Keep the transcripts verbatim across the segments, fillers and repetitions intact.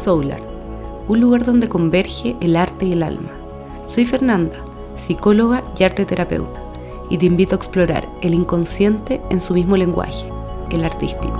Soul Art, un lugar donde converge el arte y el alma. Soy Fernanda, psicóloga y arteterapeuta, y te invito a explorar el inconsciente en su mismo lenguaje, el artístico.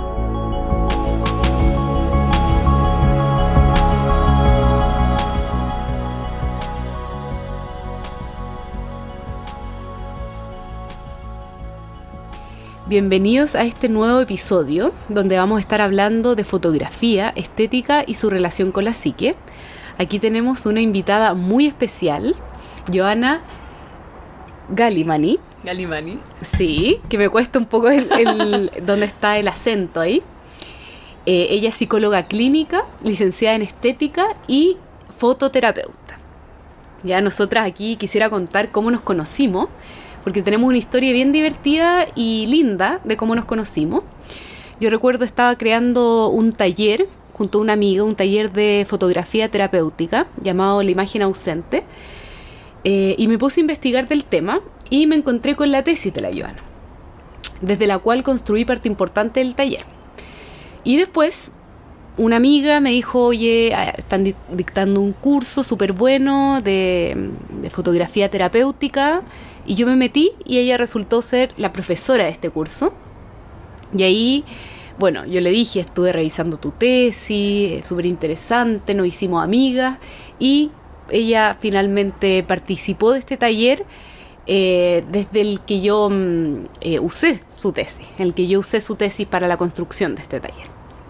Bienvenidos a este nuevo episodio donde vamos a estar hablando de fotografía, estética y su relación con la psique. Aquí tenemos una invitada muy especial, Joana Galimani. Galimani. Sí, que me cuesta un poco el, el, dónde está el acento ahí. Eh, ella es psicóloga clínica, licenciada en estética y fototerapeuta. Ya nosotras aquí quisiera contar cómo nos conocimos, porque tenemos una historia bien divertida y linda de cómo nos conocimos. Yo recuerdo estaba creando un taller junto a una amiga, un taller de fotografía terapéutica llamado La Imagen Ausente, eh, y me puse a investigar del tema y me encontré con la tesis de la Joana, desde la cual construí parte importante del taller. Y después una amiga me dijo, oye, están dictando un curso súper bueno de, de fotografía terapéutica. Y yo me metí y ella resultó ser la profesora de este curso. Y ahí, bueno, yo le dije, estuve revisando tu tesis, súper interesante, nos hicimos amigas. Y ella finalmente participó de este taller eh, desde el que yo eh, usé su tesis, el que yo usé su tesis para la construcción de este taller.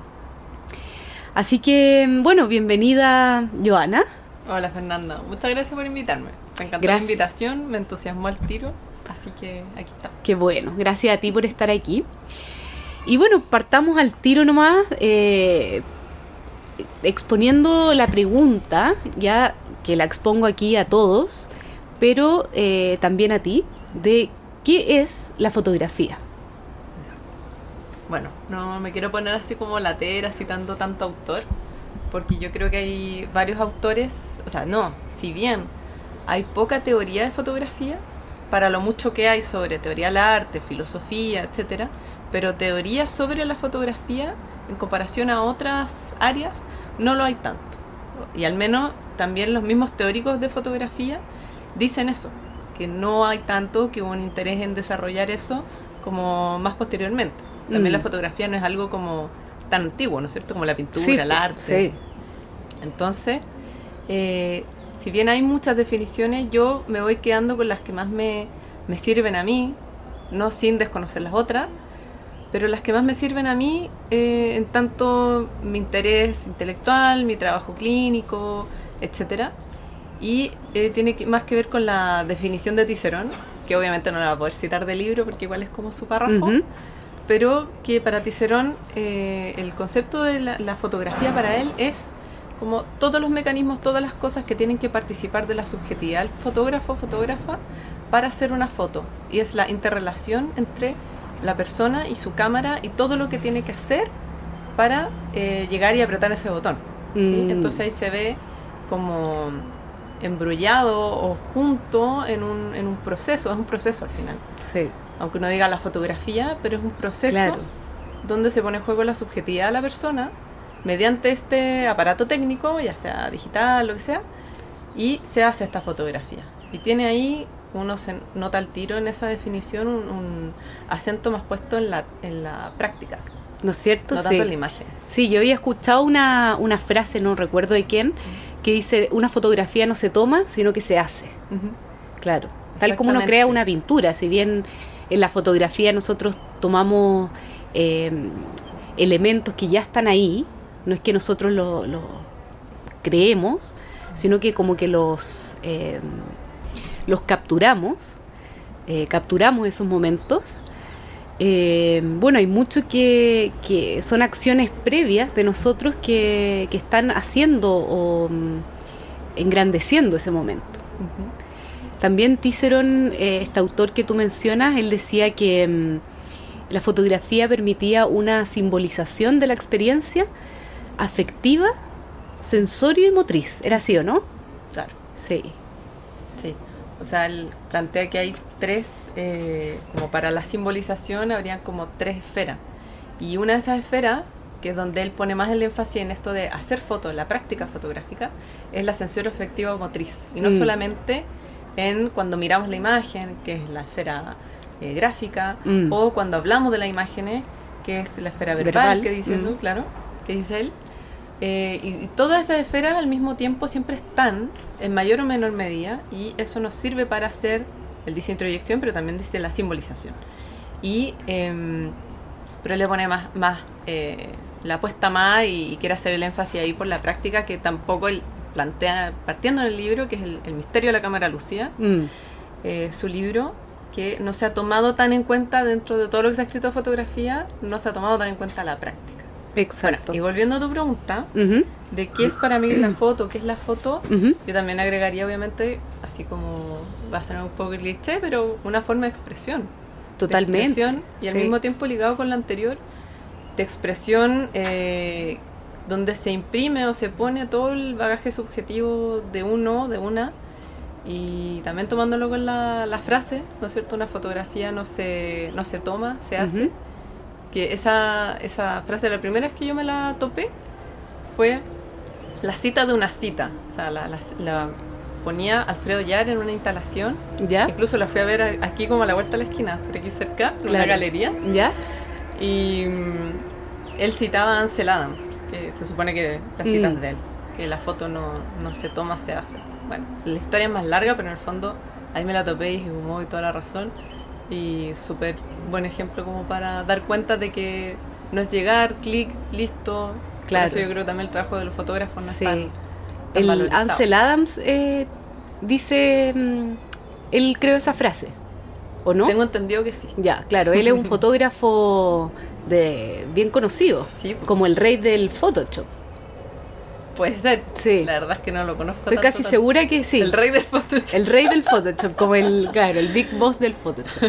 Así que, bueno, bienvenida, Joana. Hola, Fernanda. Muchas gracias por invitarme. Me encantó Gracias. La invitación, me entusiasmó al tiro, así que aquí está. Qué bueno, gracias a ti por estar aquí. Y bueno, partamos al tiro nomás, eh, exponiendo la pregunta, ya que la expongo aquí a todos, pero eh, también a ti, de qué es la fotografía. Bueno, no me quiero poner así como latera, citando tanto autor, porque yo creo que hay varios autores, o sea, no, si bien hay poca teoría de fotografía, para lo mucho que hay sobre teoría del arte, filosofía, etcétera, pero teoría sobre la fotografía, en comparación a otras áreas, no lo hay tanto. Y al menos también los mismos teóricos de fotografía dicen eso, que no hay tanto, que hubo un interés en desarrollar eso como más posteriormente. También mm. la fotografía no es algo como tan antiguo, ¿no es cierto? Como la pintura, sí, el arte. Sí. Entonces, eh, si bien hay muchas definiciones, yo me voy quedando con las que más me, me sirven a mí, no sin desconocer las otras, pero las que más me sirven a mí, eh, en tanto mi interés intelectual, mi trabajo clínico, etcétera. Y eh, tiene que, más que ver con la definición de Cicerón, que obviamente no la voy a poder citar del libro porque igual es como su párrafo, uh-huh. pero que para Cicerón eh, el concepto de la, la fotografía para él es como todos los mecanismos, todas las cosas que tienen que participar de la subjetividad del fotógrafo o fotógrafa para hacer una foto. Y es la interrelación entre la persona y su cámara y todo lo que tiene que hacer para eh, llegar y apretar ese botón. ¿sí? Mm. Entonces ahí se ve como embrollado o junto en un, en un proceso, es un proceso al final. Sí. Aunque uno diga la fotografía, pero es un proceso claro. donde se pone en juego la subjetividad de la persona mediante este aparato técnico, ya sea digital, lo que sea, y se hace esta fotografía. Y tiene ahí, uno se nota al tiro en esa definición, un, un acento más puesto en la, en la práctica. ¿No es cierto? No sí. tanto en la imagen. Sí, yo había escuchado una, una frase, no recuerdo de quién, que dice, una fotografía no se toma, sino que se hace. Uh-huh. Claro. Tal como uno crea una pintura, si bien en la fotografía nosotros tomamos eh, elementos que ya están ahí, no es que nosotros lo, lo creemos, sino que como que los, eh, los capturamos, eh, capturamos esos momentos. Eh, bueno, hay mucho que, que son acciones previas de nosotros que, que están haciendo o um, engrandeciendo ese momento. Uh-huh. También Cicerón, eh, este autor que tú mencionas, él decía que um, la fotografía permitía una simbolización de la experiencia afectiva, sensorio y motriz. ¿Era así o no? Claro. Sí. Sí. O sea, él plantea que hay tres, eh, como para la simbolización habrían como tres esferas. Y una de esas esferas, que es donde él pone más el énfasis en esto de hacer fotos, la práctica fotográfica, es la sensoriafectiva motriz. Y no Mm. solamente en cuando miramos la imagen, que es la esfera eh, gráfica, Mm. o cuando hablamos de las imágenes, que es la esfera verbal, Verbal. que dice Mm. eso, claro, que dice él. Eh, y, y todas esas esferas al mismo tiempo siempre están en mayor o menor medida, y eso nos sirve para hacer el dice introyección, pero también dice la simbolización. Y em, pero él le pone más, más eh, la apuesta más y, y quiere hacer el énfasis ahí por la práctica, que tampoco él plantea, partiendo en el libro, que es el, el misterio de la cámara lúcida, Mm. eh, su libro, que no se ha tomado tan en cuenta dentro de todo lo que se ha escrito de fotografía, no se ha tomado tan en cuenta la práctica. Exacto. Bueno, y volviendo a tu pregunta, Ujú, de qué es para mí la foto, qué es la foto, ujú. yo también agregaría, obviamente, así como va a ser un poco cliché, pero una forma de expresión. Totalmente. De expresión, y al Sí. mismo tiempo ligado con la anterior, de expresión eh, donde se imprime o se pone todo el bagaje subjetivo de uno, de una, y también tomándolo con la, la frase, ¿no es cierto? Una fotografía no se, no se toma, se hace. Ujú. Que esa, esa frase, la primera vez que yo me la topé, fue la cita de una cita. O sea, la, la, la ponía Alfredo Yar en una instalación. ¿Ya? Incluso la fui a ver a- aquí como a la vuelta de la esquina, por aquí cerca, en una Claro. galería. ¿Ya? Y mm, él citaba a Ansel Adams, que se supone que las citas Mm. de él, que la foto no, no se toma, se hace. Bueno, la historia es más larga, pero en el fondo ahí me la topé y dije, como, toda la razón. Y súper buen ejemplo como para dar cuenta de que no es llegar, clic, listo. Claro. Por eso yo creo que también el trabajo de los fotógrafos no es Sí. tan, tan El valorizado. Ansel Adams eh, dice, mm, él creó esa frase, ¿o no? Tengo entendido que sí. Ya, claro, él es un fotógrafo de bien conocido, Sí, pues, como el rey del Photoshop. puede ser. Sí. La verdad es que no lo conozco Estoy tanto, casi tanto. segura que sí. El rey del Photoshop. El rey del Photoshop, como el, claro, el big boss del Photoshop.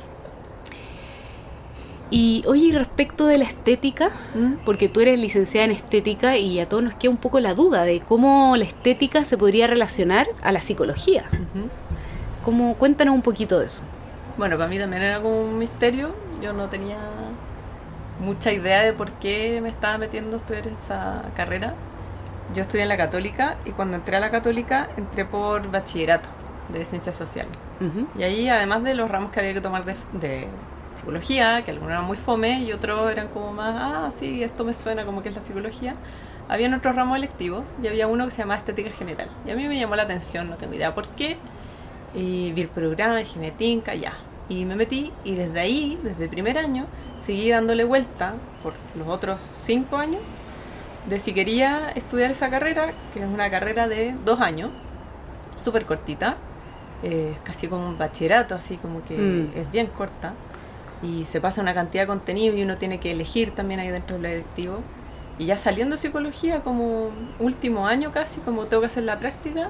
Y oye, y respecto de la estética, ¿Mm? porque tú eres licenciada en estética y a todos nos queda un poco la duda de cómo la estética se podría relacionar a la psicología. Ujú. ¿Cómo, cuéntanos un poquito de eso. Bueno, para mí también era como un misterio. Yo no tenía mucha idea de por qué me estaba metiendo a estudiar esa carrera. Yo estudié en la Católica y cuando entré a la Católica entré por bachillerato de Ciencias Sociales. Ujú. Y ahí, además de los ramos que había que tomar de, de psicología, que algunos eran muy fome y otros eran como más, ah, sí, esto me suena como que es la psicología, habían otros ramos electivos y había uno que se llamaba Estética General. Y a mí me llamó la atención, no tengo idea por qué. Y vi el programa, dije, me tinca, ya. Y me metí y desde ahí, desde el primer año, seguí dándole vuelta por los otros cinco años de si quería estudiar esa carrera, que es una carrera de dos años, súper cortita, eh, casi como un bachillerato, así como que Mm. es bien corta, y se pasa una cantidad de contenido y uno tiene que elegir también ahí dentro del electivo. Y ya saliendo de psicología, como último año casi, como tengo que hacer la práctica,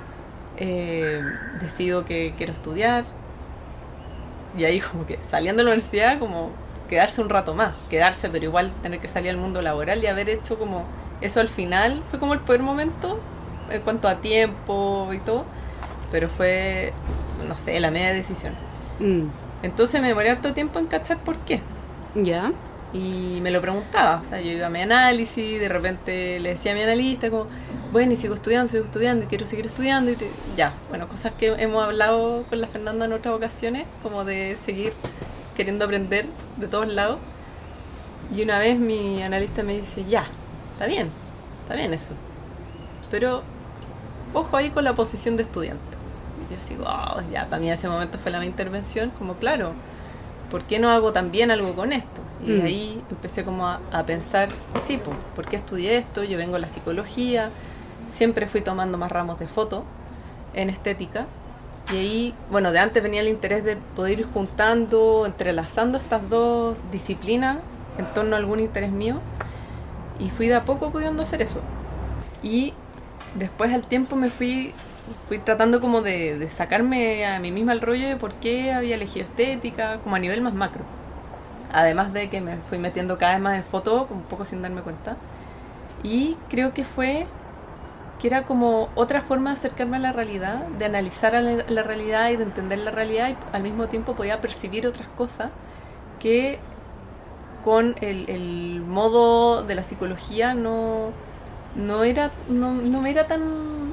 eh, decido que quiero estudiar. Y ahí como que saliendo de la universidad, como quedarse un rato más, quedarse, pero igual tener que salir al mundo laboral y haber hecho como eso al final, fue como el peor momento en cuanto a tiempo y todo, pero fue, no sé, la media decisión. Mm. Entonces me demoré harto tiempo en cachar por qué. Ya. Y me lo preguntaba, o sea, yo iba a mi análisis, de repente le decía a mi analista como, bueno, y sigo estudiando, sigo estudiando, y quiero seguir estudiando, y te- ya, bueno, cosas que hemos hablado con la Fernanda en otras ocasiones, como de seguir queriendo aprender de todos lados. Y una vez mi analista me dice, ya, está bien, está bien eso, pero ojo ahí con la posición de estudiante. Y yo así, oh, ya, para mí en ese momento fue la mi intervención, como claro, ¿por qué no hago también algo con esto? Y Mm. ahí empecé como a, a pensar, sí, pues, ¿por qué estudié esto? Yo vengo de la psicología, siempre fui tomando más ramos de foto en estética. Y ahí, bueno, de antes venía el interés de poder ir juntando, entrelazando estas dos disciplinas en torno a algún interés mío. Y fui de a poco pudiendo hacer eso. Y después al tiempo me fui, fui tratando como de, de sacarme a mí misma el rollo de por qué había elegido estética, como a nivel más macro. Además de que me fui metiendo cada vez más en foto, un poco sin darme cuenta. Y creo que fue que era como otra forma de acercarme a la realidad, de analizar a la, la realidad y de entender la realidad, y al mismo tiempo podía percibir otras cosas que con el, el modo de la psicología no, no, era, no, no me era tan,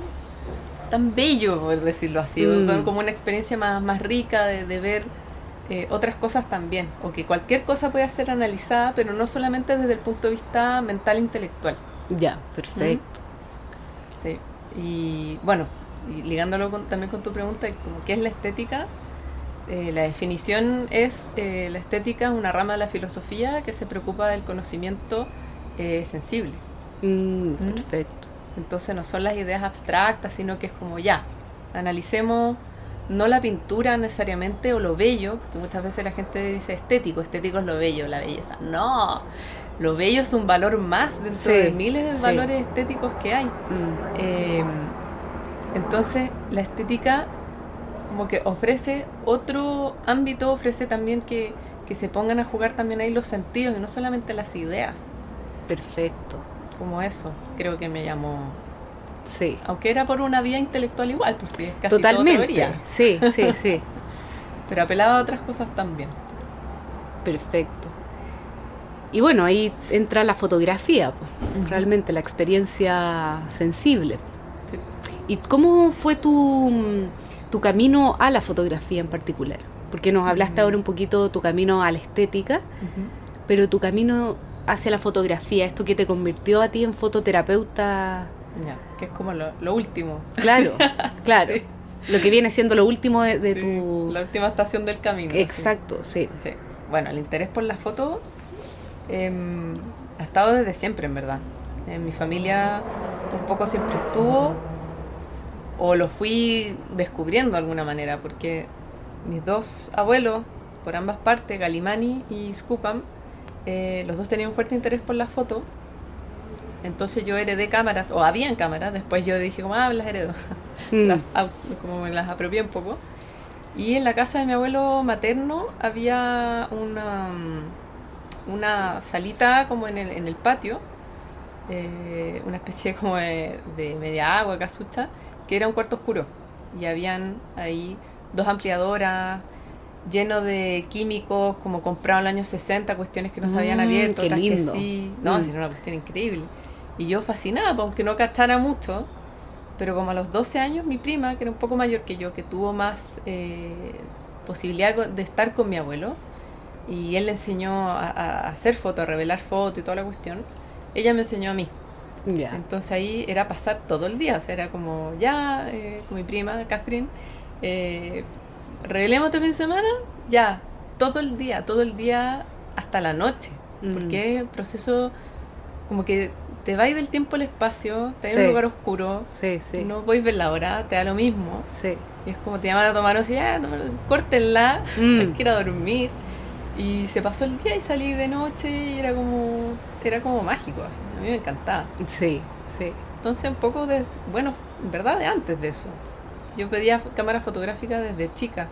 tan bello, por decirlo así, Mm. como una experiencia más, más rica de, de ver eh, otras cosas también, o que cualquier cosa puede ser analizada, pero no solamente desde el punto de vista mental e intelectual. Ya, perfecto. Sí. Y bueno, y ligándolo con- también con tu pregunta, como qué es la estética, eh, la definición es, eh, la estética es una rama de la filosofía que se preocupa del conocimiento eh, sensible. Mm, ¿Mm? perfecto. Entonces no son las ideas abstractas, sino que es como ya, analicemos no la pintura necesariamente o lo bello, porque muchas veces la gente dice estético, estético es lo bello, la belleza. No, lo bello es un valor más dentro Sí, de miles de sí. valores estéticos que hay. Mm, Eh, entonces la estética como que ofrece otro ámbito, ofrece también que, que se pongan a jugar también ahí los sentidos y no solamente las ideas, perfecto. como eso, creo que me llamó. Sí. Aunque era por una vía intelectual igual, pues sí, es casi todo Totalmente. teoría, Sí, sí, sí. pero apelaba a otras cosas también. Perfecto. Y bueno, ahí entra la fotografía, pues, Ujú. realmente la experiencia sensible. Sí. ¿Y cómo fue tu, tu camino a la fotografía en particular? Porque nos hablaste Mm. ahora un poquito de tu camino a la estética, Ujú. pero tu camino hacia la fotografía, esto que te convirtió a ti en fototerapeuta, Ya, que es como lo, lo último. claro, claro, Sí. lo que viene siendo lo último de, de Sí, tu... la última estación del camino. sí. Exacto, sí. Sí. Bueno, el interés por la foto eh, ha estado desde siempre, en verdad. En mi familia un poco siempre estuvo, o lo fui descubriendo de alguna manera, porque mis dos abuelos, por ambas partes, Galimani y Scupam, eh, los dos tenían un fuerte interés por la foto. Entonces yo heredé cámaras, o habían cámaras, después yo dije como, ah, las heredo. Mm. Las, au- como me las apropié un poco. Y en la casa de mi abuelo materno había una, mm, una salita como en el, en el patio, eh, una especie como de, de media agua, casucha, que era un cuarto oscuro. Y habían ahí dos ampliadoras lleno de químicos, como comprados en los años sesenta, cuestiones que no se habían Mm, abierto, qué otras lindo. que sí. No, Mm. sí, era una cuestión increíble. Y yo fascinada, pues, aunque no cachara mucho, pero como a los doce años, mi prima, que era un poco mayor que yo, que tuvo más eh, posibilidad co- de estar con mi abuelo, y él le enseñó a, a hacer fotos, a revelar fotos y toda la cuestión, ella me enseñó a mí. Ya. Entonces ahí era pasar todo el día, o sea, era como, ya, eh, con mi prima, Catherine, eh, revelemos este fin de semana, ya, todo el día, todo el día hasta la noche, Mm. porque es un proceso como que te vais del tiempo al espacio, te vas a Sí. un lugar oscuro, Sí, sí. no podéis ver la hora, te da lo mismo, Sí. y es como te llaman a tomar once, ya, tomar- córtenla, Mm. hay que ir a dormir. Y se pasó el día y salí de noche y era como, era como mágico, así. A mí me encantaba. Sí, sí. Entonces un poco de, bueno, en verdad de antes de eso. Yo pedía cámara fotográfica desde chica.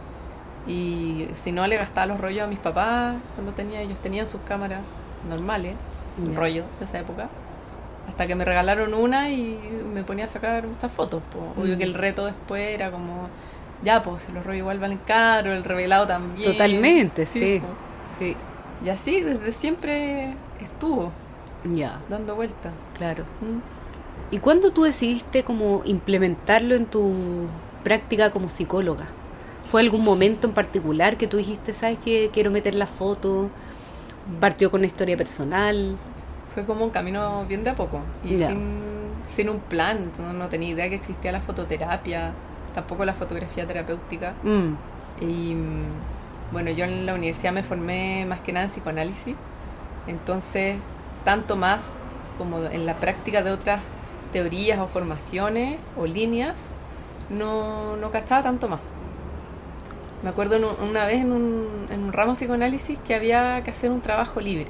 Y si no le gastaba los rollos a mis papás cuando tenía, ellos tenían sus cámaras normales, un Ya. rollo de esa época. Hasta que me regalaron una y me ponía a sacar muchas fotos. Po. Obvio Mm. que el reto después era como, ya, pues si los rollos igual valen caro, el revelado también. Totalmente, sí. po. Sí. Y así desde siempre estuvo Ya, dando vueltas. claro. ¿Mm? ¿Y cuándo tú decidiste como implementarlo en tu práctica como psicóloga? ¿Fue algún momento en particular que tú dijiste, sabes que quiero meter la foto? ¿Partió con una historia personal? Fue como un camino bien de a poco y Ya. sin, sin un plan. No, no tenía idea que existía la fototerapia, tampoco la fotografía terapéutica. Mm, Y mm, bueno, yo en la universidad me formé más que nada en psicoanálisis, entonces tanto más como en la práctica de otras teorías o formaciones o líneas, no, no cachaba tanto más. Me acuerdo en un- una vez en un, en un ramo de psicoanálisis que había que hacer un trabajo libre,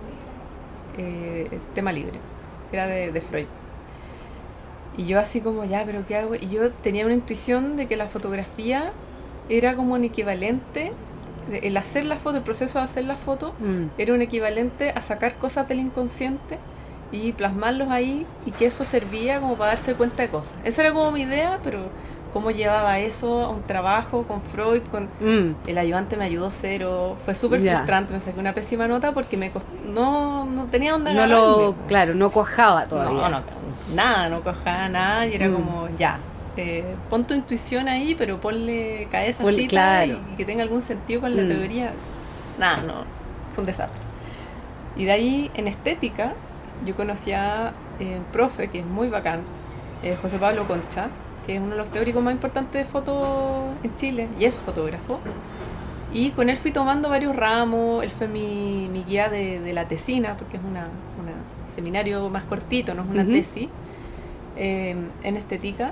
eh, tema libre, era de, de Freud. Y yo así como, ya, pero ¿qué hago? Y yo tenía una intuición de que la fotografía era como un equivalente, de- el hacer la foto, el proceso de hacer la foto, mm, era un equivalente a sacar cosas del inconsciente y plasmarlos ahí y que eso servía como para darse cuenta de cosas. Esa era como mi idea, pero cómo llevaba eso a un trabajo con Freud, con Mm. el ayudante me ayudó cero, fue súper Ya. frustrante, me saqué una pésima nota porque me cost- no, no tenía onda No agarrarme, lo, po. claro, no cuajaba todavía. No, no, nada, no cojaba nada y era Mm. como, ya, eh, pon tu intuición ahí, pero ponle cabeza Ponle- cita claro. y, y que tenga algún sentido con la Mm. teoría. Nada, no, fue un desastre. Y de ahí, en estética, yo conocí a eh, un profe que es muy bacán, eh, José Pablo Concha, que es uno de los teóricos más importantes de foto en Chile, y es fotógrafo. Y con él fui tomando varios ramos, él fue mi, mi guía de, de la tesina, porque es una, una seminario más cortito, no es una Ujú. tesis, eh, en estética.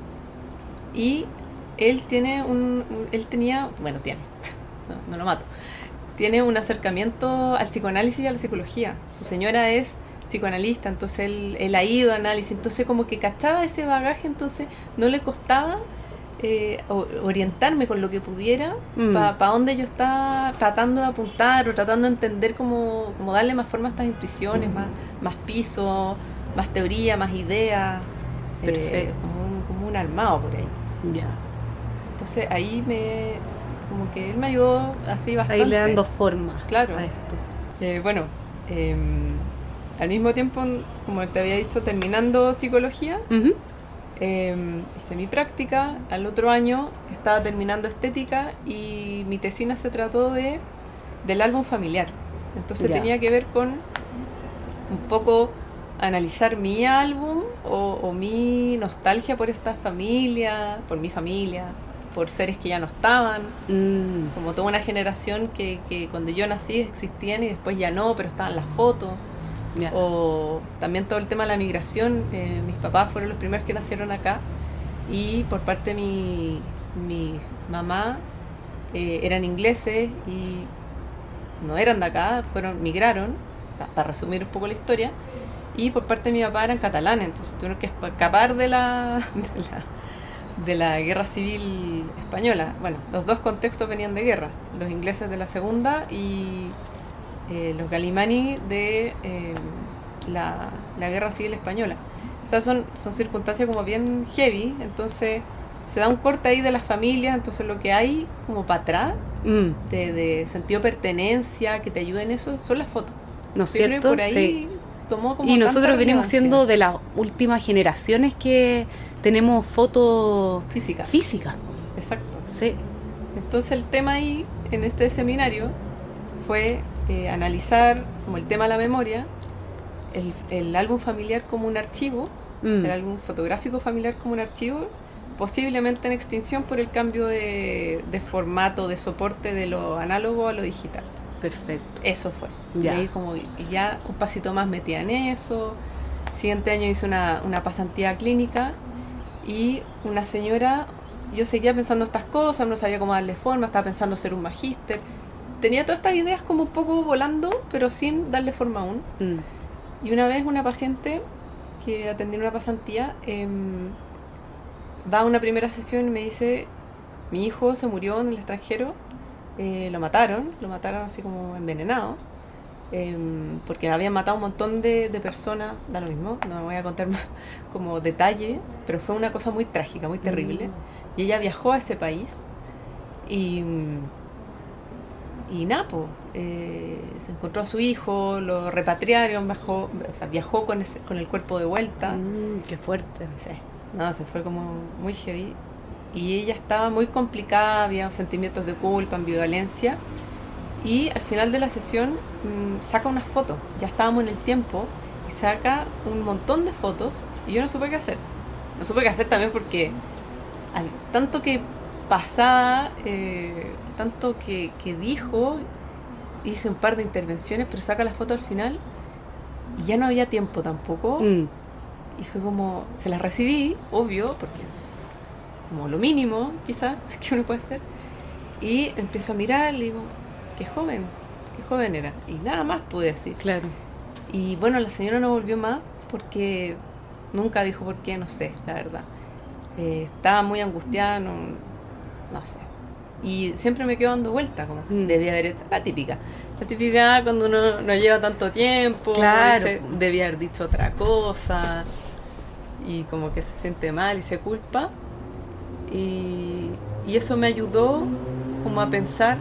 Y él tiene un, un- él tenía, bueno, tiene, no, no lo mato, tiene un acercamiento al psicoanálisis y a la psicología. Su señora es psicoanalista, entonces él, él ha ido a análisis, entonces como que cachaba ese bagaje, entonces no le costaba eh, o- orientarme con lo que pudiera Mm. para dónde yo estaba tratando de apuntar o tratando de entender cómo, cómo darle más forma a estas intuiciones, más, más piso, más teoría, más idea. eh, Perfecto. como, un, como un armado por ahí. Ya. Entonces ahí me, como que él me ayudó así bastante. Ahí le dando forma Claro. a esto. Eh, bueno, eh, al mismo tiempo, como te había dicho, terminando psicología, Ujú. eh, hice mi práctica. Al otro año estaba terminando estética y mi tesina se trató de del álbum familiar. Entonces Ya. tenía que ver con un poco analizar mi álbum o, o mi nostalgia por esta familia, por mi familia, por seres que ya no estaban. Mm. Como toda una generación que, que cuando yo nací existían y después ya no, pero estaban las fotos. Ya. O también todo el tema de la migración. Eh, mis papás fueron los primeros que nacieron acá y por parte de mi, mi mamá eh, eran ingleses y no eran de acá, fueron migraron, o sea, para resumir un poco la historia, y por parte de mi papá eran catalanes, entonces tuvieron que escapar de la, de la, de la guerra civil española. Bueno, los dos contextos venían de guerra, los ingleses de la segunda y eh, los Galimani de eh, la, la guerra civil española. O sea, son, son circunstancias como bien heavy, entonces se da un corte ahí de las familias, entonces lo que hay como para atrás, Mm. de, de sentido de pertenencia, que te ayuda en eso, son las fotos. ¿No es Yo creo que cierto? por ahí Sí. tomó como Y tanta nosotros venimos relevancia. siendo de las últimas generaciones que tenemos fotos Física. físicas. Exacto. Sí. Entonces el tema ahí, en este seminario, fue eh, analizar como el tema de la memoria, el, el álbum familiar como un archivo, Mm. el álbum fotográfico familiar como un archivo, posiblemente en extinción por el cambio de, de formato, de soporte de lo análogo a lo digital. Perfecto. Eso fue. Ya. Y ahí como y ya un pasito más metida en eso. Siguiente año hice una, una pasantía clínica y una señora, yo seguía pensando estas cosas, no sabía cómo darle forma, estaba pensando ser un magíster. Tenía todas estas ideas como un poco volando, pero sin darle forma aún. Mm. Y una vez una paciente que atendí en una pasantía em, va a una primera sesión y me dice, mi hijo se murió en el extranjero, eh, lo mataron, lo mataron así como envenenado, em, porque habían matado un montón de, de personas, da lo mismo, no voy a contar más como detalle, pero fue una cosa muy trágica, muy terrible. Mm. Y ella viajó a ese país y, y Napo eh, se encontró a su hijo, lo repatriaron, bajó, o sea, viajó con, ese, con el cuerpo de vuelta. Mm, qué fuerte. Sí, no, se fue como muy heavy. Y ella estaba muy complicada, había sentimientos de culpa, ambivalencia. Y al final de la sesión mmm, saca unas fotos. Ya estábamos en el tiempo y saca un montón de fotos. Y yo no supe qué hacer. No supe qué hacer también porque hay tanto que pasaba, eh, tanto que, que dijo. Hice un par de intervenciones, pero saca la foto al final y ya no había tiempo tampoco. Mm. Y fue como, se las recibí, obvio, porque como lo mínimo, quizás, que uno puede hacer. Y empiezo a mirar, le digo, qué joven, qué joven era. Y nada más pude decir. Claro. Y bueno, la señora no volvió más porque nunca dijo por qué, no sé, la verdad. Eh, estaba muy angustiada, no, no sé. Y siempre me quedo dando vuelta, como Mm. debía haber hecho la típica. La típica cuando uno no lleva tanto tiempo, Claro. dice, debía haber dicho otra cosa y como que se siente mal y se culpa. Y, y eso me ayudó como a pensar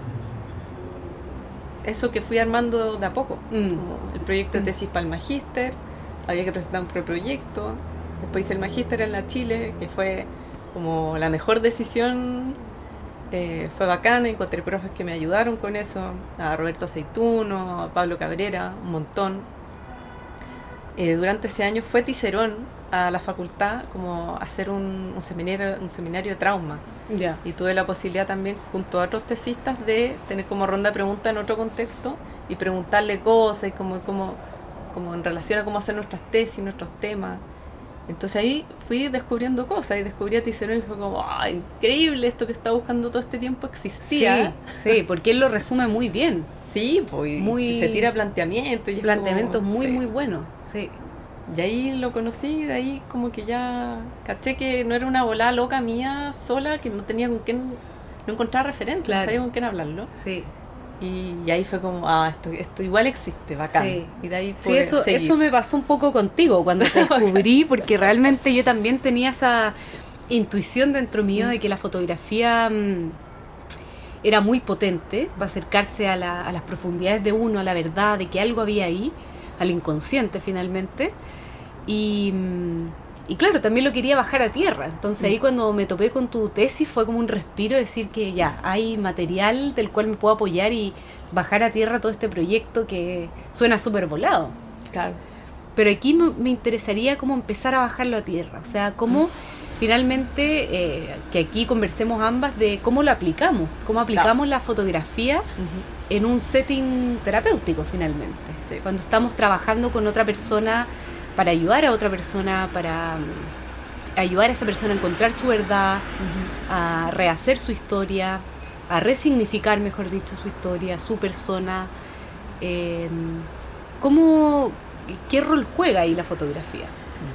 eso que fui armando de a poco. Mm. Como el proyecto de tesis para el magíster, había que presentar un preproyecto, después hice el magíster en la Chile, que fue como la mejor decisión, eh, fue bacana, encontré profes que me ayudaron con eso, a Roberto Aceituno, a Pablo Cabrera, un montón. Eh, durante ese año fue Ticerón a la facultad como a hacer un, un, seminario, un seminario de trauma. Ya. Y tuve la posibilidad también, junto a otros tesistas, de tener como ronda de preguntas en otro contexto y preguntarle cosas y como, como, como en relación a cómo hacer nuestras tesis, nuestros temas. Entonces ahí fui descubriendo cosas y descubrí a Ticerón y fue como, ¡ah, increíble! Esto que estaba buscando todo este tiempo existía. Sí, sí, porque él lo resume muy bien. Sí, pues muy, se tira planteamiento. Y planteamientos como, muy, sí. muy buenos, sí. Y ahí lo conocí y de ahí como que ya caché que no era una volada loca mía sola, que no tenía con quién, no encontraba referente, claro. No sabía con quién hablarlo. Sí. Y, y ahí fue como, ah, esto, esto igual existe, bacán. Sí. Y de ahí sí, eso, eso me pasó un poco contigo cuando te descubrí, porque realmente yo también tenía esa intuición dentro mío de que la fotografía mmm, era muy potente para acercarse a, la, a las profundidades de uno, a la verdad, de que algo había ahí, al inconsciente finalmente. Y, y claro, también lo quería bajar a tierra. Entonces ahí cuando me topé con tu tesis fue como un respiro, decir que ya hay material del cual me puedo apoyar y bajar a tierra todo este proyecto que suena súper volado. Claro. Pero aquí me, me interesaría cómo empezar a bajarlo a tierra. O sea, cómo finalmente, eh, que aquí conversemos ambas de cómo lo aplicamos, cómo aplicamos claro. la fotografía uh-huh. en un setting terapéutico finalmente. Sí. Cuando estamos trabajando con otra persona para ayudar a otra persona, para um, ayudar a esa persona a encontrar su verdad, uh-huh. a rehacer su historia, a resignificar, mejor dicho, su historia, su persona. Eh, ¿cómo, ¿Qué rol juega ahí la fotografía?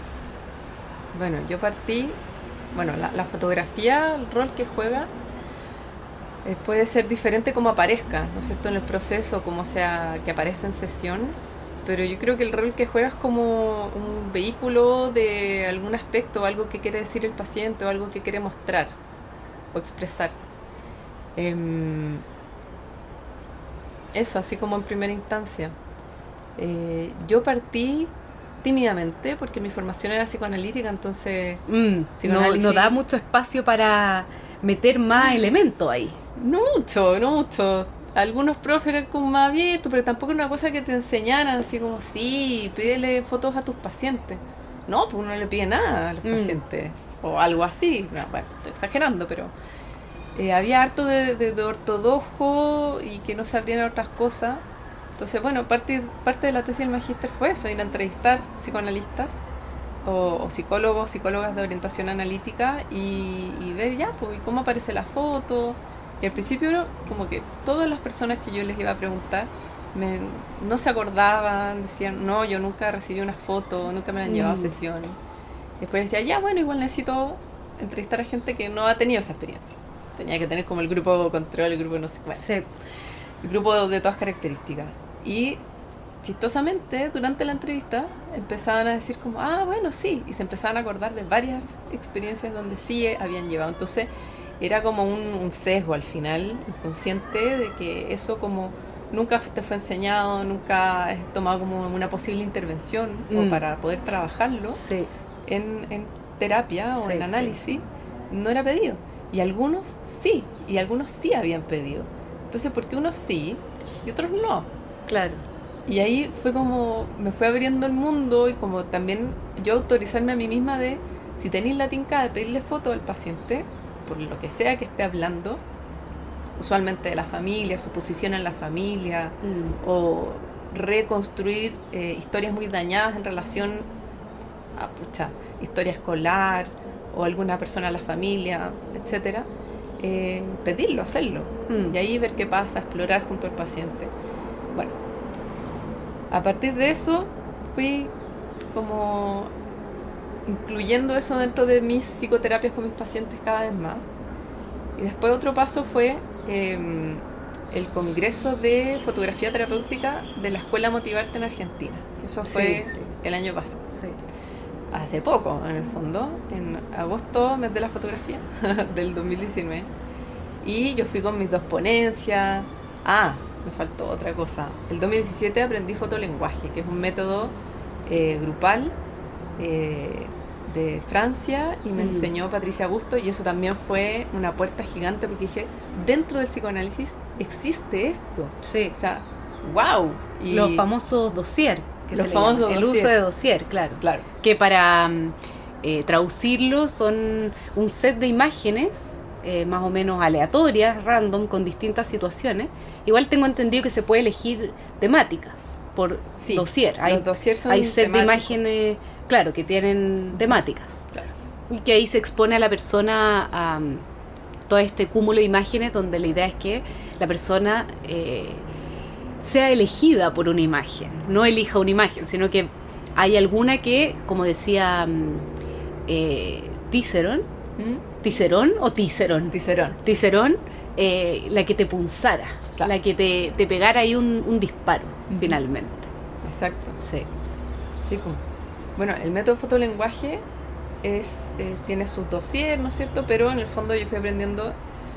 Bueno, yo partí, bueno, la, la fotografía, el rol que juega eh, puede ser diferente como aparezca, ¿no es cierto?, en el proceso, como sea que aparece en sesión. Pero yo creo que el rol que juega es como un vehículo de algún aspecto, algo que quiere decir el paciente o algo que quiere mostrar o expresar. Eh, eso, así como en primera instancia. Eh, yo partí tímidamente porque mi formación era psicoanalítica, entonces... Mm, no, no da mucho espacio para meter más elementos ahí. No mucho, no mucho. Algunos profes eran como más abiertos, pero tampoco era una cosa que te enseñaran, así como, sí, pídele fotos a tus pacientes. No, pues uno no le pide nada a los mm. pacientes, o algo así. No, bueno, estoy exagerando, pero eh, había harto de, de, de ortodoxo y que no se abrieran otras cosas. Entonces, bueno, parte, parte de la tesis del magíster fue eso, ir a entrevistar psicoanalistas o, o psicólogos, psicólogas de orientación analítica y, y ver ya, pues, cómo aparece la foto. Y al principio, como que todas las personas que yo les iba a preguntar me, no se acordaban, decían, no, yo nunca recibí una foto, nunca me la han llevado mm. a sesiones. Después decía, ya, bueno, igual necesito entrevistar a gente que no ha tenido esa experiencia. Tenía que tener como el grupo control, el grupo no sé qué. Bueno, sí. El grupo de todas características. Y chistosamente, durante la entrevista, empezaban a decir como, ah, bueno, sí. Y se empezaban a acordar de varias experiencias donde sí habían llevado. Entonces, era como un, un sesgo al final, inconsciente, de que eso como nunca te fue enseñado, nunca has tomado como una posible intervención mm. o para poder trabajarlo sí. en, en terapia o sí, en análisis, sí. no era pedido. Y algunos sí, y algunos sí habían pedido. Entonces, ¿por qué unos sí y otros no? Claro. Y ahí fue como, me fue abriendo el mundo y como también yo autorizarme a mí misma de, si tenéis la tinca de pedirle foto al paciente, por lo que sea que esté hablando, usualmente de la familia, su posición en la familia, mm. o reconstruir eh, historias muy dañadas en relación a, pucha, historia escolar, o alguna persona de la familia, etcétera, eh, pedirlo, hacerlo, mm. y ahí ver qué pasa, explorar junto al paciente. Bueno, a partir de eso fui como incluyendo eso dentro de mis psicoterapias con mis pacientes cada vez más. Y después otro paso fue eh, el congreso de fotografía terapéutica de la Escuela Motivarte en Argentina, que eso fue sí, sí. el año pasado. Sí. hace poco, en el fondo, en agosto, mes de la fotografía, del dos mil diecinueve. Y yo fui con mis dos ponencias. Ah, me faltó otra cosa. El dos mil diecisiete aprendí fotolenguaje, que es un método eh, grupal eh, de Francia, y me mm. enseñó Patricia Augusto, y eso también fue una puerta gigante, porque dije, dentro del psicoanálisis existe esto. Sí. O sea, wow. Y los famosos dossier. Que los famosos el dossier. uso de dossier, claro. Claro. Que para eh, traducirlo son un set de imágenes eh, más o menos aleatorias, random, con distintas situaciones. Igual tengo entendido que se puede elegir temáticas por sí, dossier. Hay, los dossier son hay set temáticos. de imágenes, claro, que tienen temáticas. Claro. Y que ahí se expone a la persona a um, todo este cúmulo de imágenes, donde la idea es que la persona eh, sea elegida por una imagen, no elija una imagen, sino que hay alguna que, como decía um, eh, Cicerón, ¿Mm? ¿Cicerón o Cicerón? Cicerón. Cicerón, eh, la que te punzara, claro. La que te, te pegara ahí un, un disparo, uh-huh. Finalmente. Exacto. Sí. Sí, pues. Bueno, el método fotolenguaje es, eh, tiene sus dossier, ¿no es cierto? Pero en el fondo yo fui aprendiendo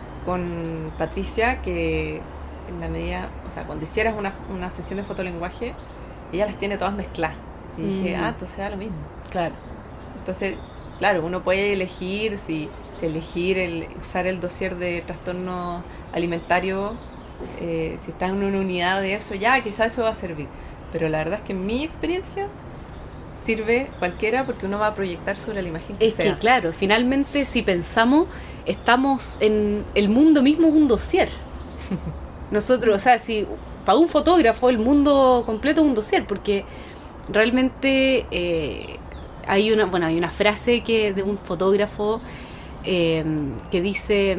con Patricia que en la medida, o sea, cuando hicieras una, una sesión de fotolenguaje, ella las tiene todas mezcladas. Y dije, mm. ah, entonces da lo mismo. Claro. Entonces, claro, uno puede elegir si, si elegir el, usar el dossier de trastorno alimentario, eh, si estás en una unidad de eso, ya, quizás eso va a servir. Pero la verdad es que en mi experiencia sirve cualquiera, porque uno va a proyectar sobre la imagen que es sea. Es que claro, finalmente si pensamos, estamos en el mundo mismo, es un dossier. Nosotros, o sea, si para un fotógrafo el mundo completo es un dossier, porque realmente eh, hay una, bueno, hay una frase que de un fotógrafo eh, que dice,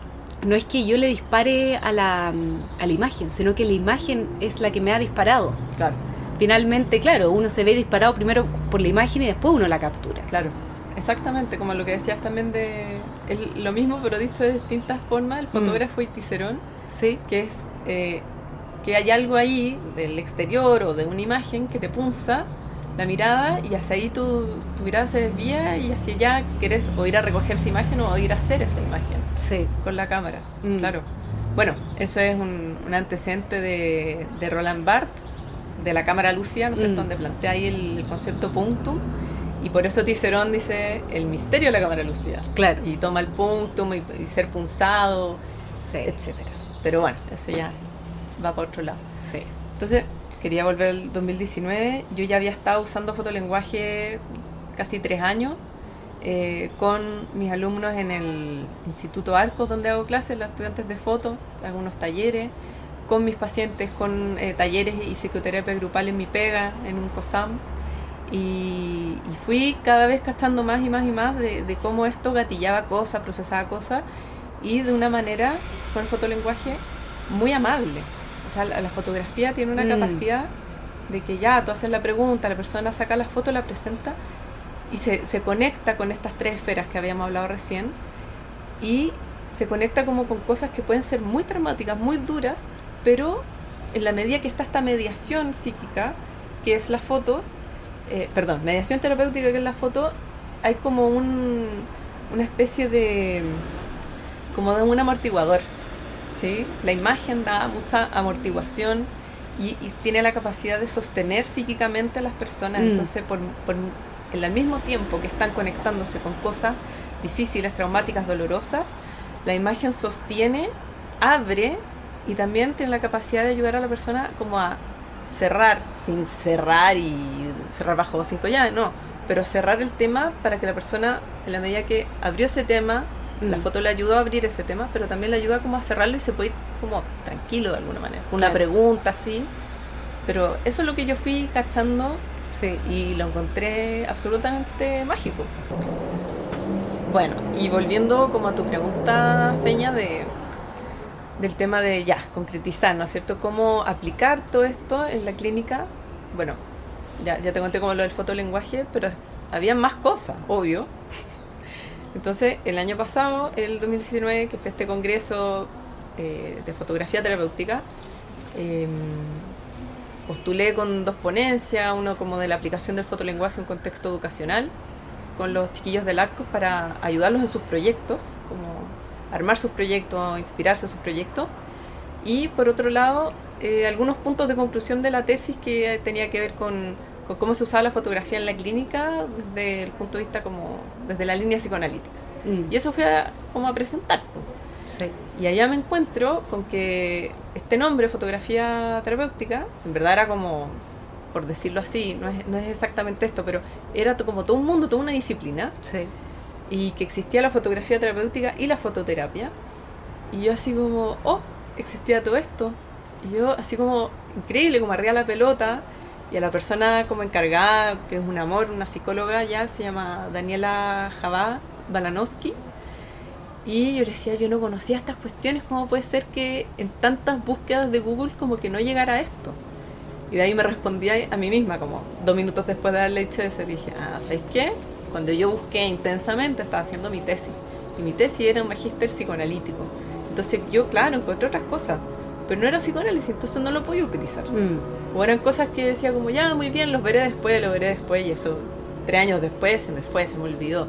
no es que yo le dispare a la, a la imagen, sino que la imagen es la que me ha disparado. Claro. Finalmente, claro, uno se ve disparado primero por la imagen y después uno la captura. Claro, exactamente, como lo que decías también de el, lo mismo, pero dicho de distintas formas, el fotógrafo mm. y Cicerón, sí. Que es eh, que hay algo ahí del exterior o de una imagen que te punza la mirada, y hacia ahí tu, tu mirada se desvía y hacia allá querés o ir a recoger esa imagen o ir a hacer esa imagen sí. con la cámara, mm. claro. Bueno, eso es un, un antecedente de, de Roland Barthes, de la cámara lúcida, ¿no es cierto? Mm. Donde plantea ahí el concepto punctum, y por eso Cicerón dice el misterio de la cámara lúcida. Claro. Y toma el punctum y, y ser punzado, sí. etcétera. Pero bueno, eso ya va para otro lado. Sí. Entonces, quería volver al dos mil diecinueve. Yo ya había estado usando fotolenguaje casi tres años eh, con mis alumnos en el Instituto Arcos, donde hago clases, los estudiantes de foto, hago unos talleres, con mis pacientes, con eh, talleres y psicoterapia grupal en mi pega, en un COSAM. Y, y fui cada vez captando más y más y más de, de cómo esto gatillaba cosas, procesaba cosas, y de una manera, con el fotolenguaje, muy amable. O sea, la, la fotografía tiene una mm. capacidad de que ya tú haces la pregunta, la persona saca la foto, la presenta y se, se conecta con estas tres esferas que habíamos hablado recién, y se conecta como con cosas que pueden ser muy traumáticas, muy duras, pero en la medida que está esta mediación psíquica, que es la foto, eh, perdón, mediación terapéutica, que es la foto, hay como un, una especie de como de un amortiguador, ¿sí? La imagen da mucha amortiguación y, y tiene la capacidad de sostener psíquicamente a las personas. Mm. Entonces, por, por, en el mismo tiempo que están conectándose con cosas difíciles, traumáticas, dolorosas, la imagen sostiene, abre, y también tiene la capacidad de ayudar a la persona como a cerrar, sin cerrar y cerrar bajo cinco llaves, no, pero cerrar el tema para que la persona, en la medida que abrió ese tema, mm. la foto le ayudó a abrir ese tema, pero también le ayuda como a cerrarlo y se puede ir como tranquilo de alguna manera, con claro. una pregunta así. Pero eso es lo que yo fui cachando, sí. Y lo encontré absolutamente mágico. Bueno, y volviendo como a tu pregunta, Feña, de del tema de ya, concretizar, ¿no es cierto? Cómo aplicar todo esto en la clínica. Bueno, ya, ya te conté como lo del fotolenguaje, pero había más cosas, obvio. Entonces, el año pasado, el dos mil diecinueve, que fue este congreso eh, de fotografía terapéutica, eh, postulé con dos ponencias, uno como de la aplicación del fotolenguaje en un contexto educacional, con los chiquillos del Arcos para ayudarlos en sus proyectos, como armar sus proyectos, inspirarse en sus proyectos. Y por otro lado, eh, algunos puntos de conclusión de la tesis que tenía que ver con, con cómo se usaba la fotografía en la clínica desde el punto de vista como, desde la línea psicoanalítica. Mm. Y eso fue a, como a presentar. Sí. Y allá me encuentro con que este nombre, fotografía terapéutica, en verdad era como, por decirlo así, no es, no es exactamente esto, pero era como todo un mundo, toda una disciplina. Sí. Y que existía la fotografía terapéutica y la fototerapia. Y yo así como, oh, existía todo esto. Y yo así como, increíble, como arriba la pelota. Y a la persona como encargada, que es un amor, una psicóloga ya, se llama Daniela Javá Balanowski. Y yo le decía, yo no conocía estas cuestiones, ¿cómo puede ser que en tantas búsquedas de Google como que no llegara a esto? Y de ahí me respondía a mí misma, como dos minutos después de haberle dicho eso, y dije, ah, ¿sabes qué? Cuando yo busqué intensamente, estaba haciendo mi tesis. Y mi tesis era un magíster psicoanalítico. Entonces yo, claro, encontré otras cosas, pero no era psicoanálisis, entonces no lo podía utilizar. Mm. O eran cosas que decía como, ya, muy bien, los veré después, los veré después, y eso, tres años después, se me fue, se me olvidó.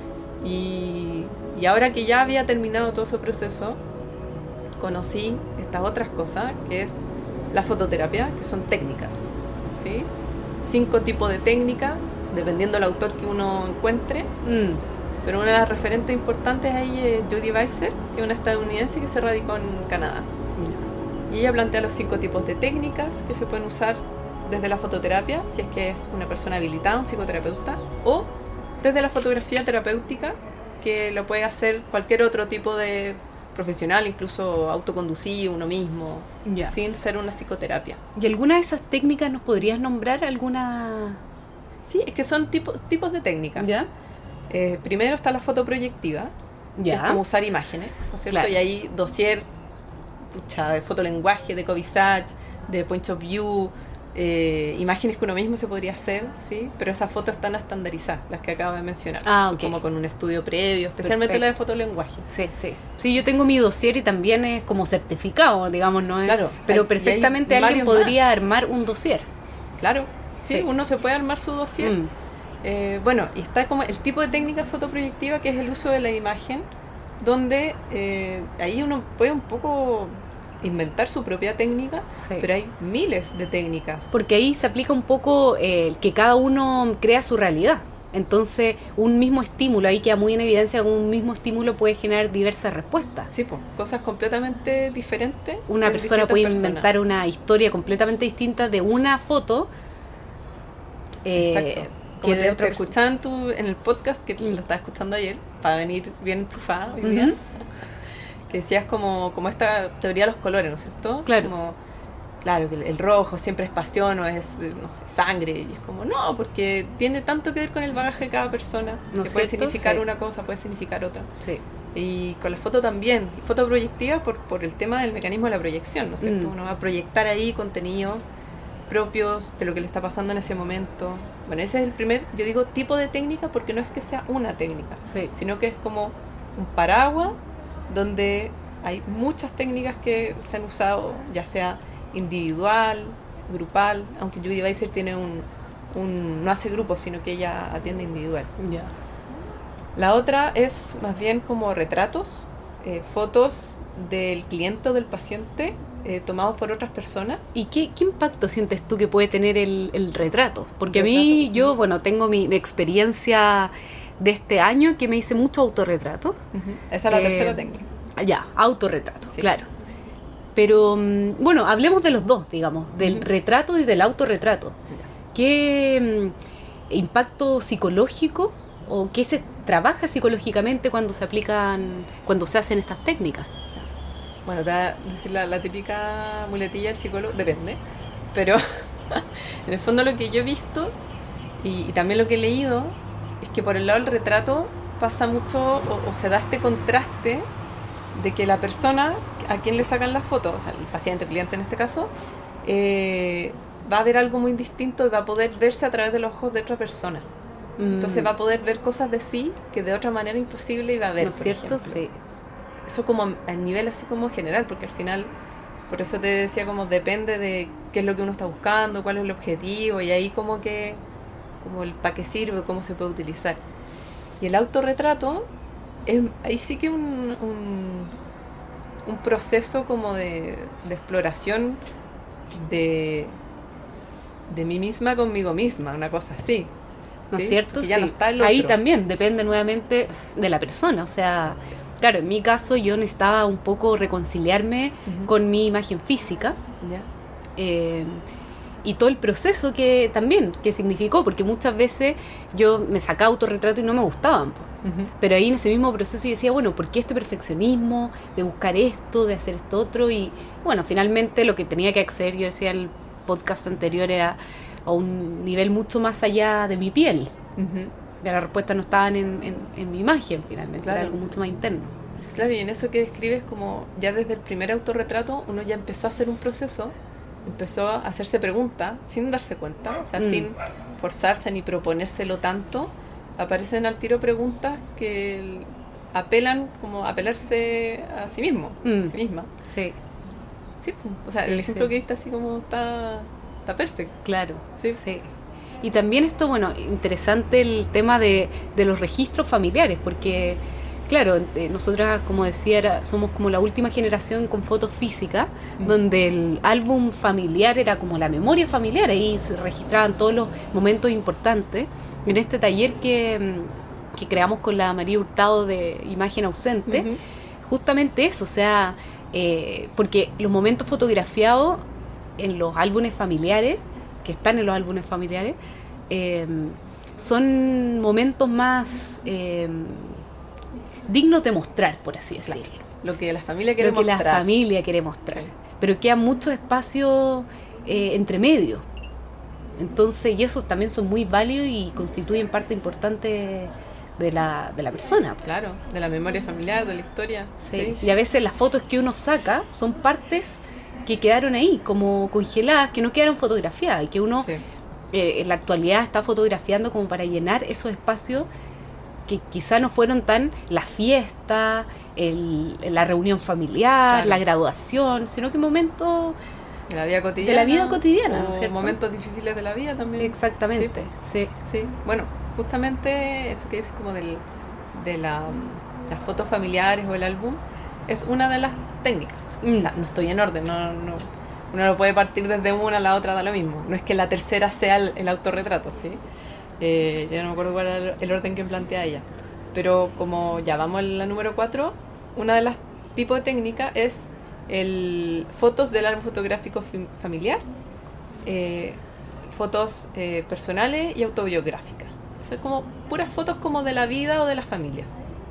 Y, y ahora que ya había terminado todo ese proceso, conocí estas otras cosas, que es la fototerapia, que son técnicas, ¿sí? Cinco tipos de técnicas, dependiendo del autor que uno encuentre. Mm. Pero una de las referentes importantes ahí es Judy Weiser, que es una estadounidense que se radicó en Canadá. Mm. Y ella plantea los cinco tipos de técnicas que se pueden usar desde la fototerapia, si es que es una persona habilitada, un psicoterapeuta, o desde la fotografía terapéutica, que lo puede hacer cualquier otro tipo de profesional, incluso autoconducido, uno mismo, yeah, sin ser una psicoterapia. ¿Y alguna de esas técnicas nos podrías nombrar? ¿Alguna? Sí, es que son tipo, tipos de técnicas. ¿Ya? Eh, primero está la fotoproyectiva, ¿ya?, que es como usar imágenes, ¿no es cierto? Claro. Y ahí dossier, pucha, de fotolenguaje, de covisage, de point of view, eh, imágenes que uno mismo se podría hacer, ¿sí? Pero esas fotos están estandarizadas, las que acabo de mencionar. Ah, okay. Como con un estudio previo, especialmente perfecto, la de fotolenguaje. Sí, sí. Sí, yo tengo mi dossier y también es como certificado, digamos, ¿no? Es, claro. Pero hay, perfectamente alguien podría más armar un dossier. Claro, sí, sí, uno se puede armar su dossier. Mm. Eh, bueno, y está como el tipo de técnica fotoproyectiva, que es el uso de la imagen, donde eh, ahí uno puede un poco inventar su propia técnica, sí, pero hay miles de técnicas. Porque ahí se aplica un poco eh, que cada uno crea su realidad. Entonces, un mismo estímulo, ahí queda muy en evidencia que un mismo estímulo puede generar diversas respuestas. Sí, pues, cosas completamente diferentes. Una persona puede personas. inventar una historia completamente distinta de una foto. Eh, Exacto. Como te, te escuchaba en, tu, en el podcast, que mm. lo estaba escuchando ayer, para venir bien enchufada hoy día, uh-huh, que decías como, como esta teoría de los colores, ¿no es cierto? Claro. Como, claro, que el, el rojo siempre es pasión o es, no sé, sangre, y es como, no, porque tiene tanto que ver con el bagaje de cada persona, ¿no que puede cierto? significar sí. una cosa, puede significar otra. Sí. Y con la foto también, y foto proyectiva por, por el tema del mecanismo de la proyección, ¿no es cierto? Mm. Uno va a proyectar ahí contenido propios de lo que le está pasando en ese momento. Bueno, ese es el primer, yo digo, tipo de técnica, porque no es que sea una técnica, sí, sino que es como un paraguas donde hay muchas técnicas que se han usado, ya sea individual, grupal, aunque Judy Weiser tiene un, un no hace grupos, sino que ella atiende individual. Yeah. La otra es más bien como retratos, eh, fotos del cliente o del paciente, Eh, tomados por otras personas. ¿Y qué, qué impacto sientes tú que puede tener el, el retrato? Porque a mí, yo, bueno, tengo mi, mi experiencia de este año, que me hice mucho autorretrato. Uh-huh. Esa es la eh, tercera técnica. Ya, autorretrato, sí, claro. Pero, bueno, hablemos de los dos, digamos, del uh-huh. retrato y del autorretrato. Uh-huh. ¿Qué um, impacto psicológico o qué se trabaja psicológicamente cuando se aplican, cuando se hacen estas técnicas? Bueno, te voy a decir la, la típica muletilla del psicólogo, depende, pero en el fondo lo que yo he visto y, y también lo que he leído es que por el lado del retrato pasa mucho o, o se da este contraste de que la persona a quien le sacan las fotos, o sea, el paciente, el cliente en este caso, eh, va a ver algo muy distinto y va a poder verse a través de los ojos de otra persona. Mm. Entonces va a poder ver cosas de sí que de otra manera imposible iba a ver, ¿no es por cierto? ejemplo. Sí. Eso como a nivel así como general, porque al final por eso te decía como depende de qué es lo que uno está buscando, cuál es el objetivo, y ahí como que, como el para qué sirve, cómo se puede utilizar. Y el autorretrato, es, ahí sí que un, un, un proceso como de, de exploración de, de mí misma conmigo misma, una cosa así. ¿No es ¿sí? cierto? Ya sí. no está el Ahí otro. también depende nuevamente de la persona. O sea, claro, en mi caso yo necesitaba un poco reconciliarme Ujú. con mi imagen física. ¿Ya? Eh, y todo el proceso que también, que significó, porque muchas veces yo me sacaba autorretrato y no me gustaban. po. Ujú. Pero ahí en ese mismo proceso yo decía, bueno, ¿por qué este perfeccionismo de buscar esto, de hacer esto otro? Y bueno, finalmente lo que tenía que acceder, yo decía en el podcast anterior, era a un nivel mucho más allá de mi piel. Ujú. Ya las respuestas no estaban en, en, en mi imagen, finalmente, Claro. era algo mucho más interno. Claro, y en eso que describes, como ya desde el primer autorretrato, uno ya empezó a hacer un proceso, empezó a hacerse preguntas sin darse cuenta, o sea, Mm. sin forzarse ni proponérselo tanto, aparecen al tiro preguntas que el- apelan como a apelarse a sí mismo, Mm. a sí misma. Sí, Sí, pues, o sea, Sí, el ejemplo sí. que diste así como está, está perfecto. claro. Sí. Sí. Y también esto, bueno, interesante el tema de, de los registros familiares, porque, claro, eh, nosotras, como decía, era- somos como la última generación con fotos físicas, Mm. donde el álbum familiar era como la memoria familiar, ahí se registraban todos los momentos importantes. En este taller que, mm, que creamos con la María Hurtado de Imagen Ausente, Ujú. justamente eso, o sea, eh, porque los momentos fotografiados en los álbumes familiares, que están en los álbumes familiares, eh, son momentos más eh, dignos de mostrar, por así decirlo. Lo que la familia quiere Lo que mostrar. la familia quiere mostrar. Sí. Pero queda mucho espacio eh, entre medio. Entonces, y esos también son muy válidos y constituyen parte importante de la, de la persona. Claro, de la memoria familiar, de la historia. Sí. Y a veces las fotos que uno saca son partes que quedaron ahí, como congeladas, que no quedaron fotografiadas y que uno Sí. eh, en la actualidad está fotografiando como para llenar esos espacios que quizá no fueron tan la fiesta, el, la reunión familiar, Claro. la graduación, sino que momentos De la vida cotidiana. de la vida cotidiana, ¿no es o cierto? momentos difíciles de la vida también. Exactamente, sí. Sí, bueno, justamente eso que dices como del, de la, las fotos familiares o el álbum es una de las técnicas. Mm. O sea, no estoy en orden, no, no, uno no puede partir desde una a la otra, da lo mismo. No es que la tercera sea el, el autorretrato, ¿sí? Eh, ya no me acuerdo cuál era el, el orden que plantea ella. Pero como ya vamos a la número cuatro, una de las tipos de técnicas es el fotos del álbum fotográfico fi- familiar, eh, fotos eh, personales y autobiográficas. Eso es como puras fotos como de la vida o de la familia.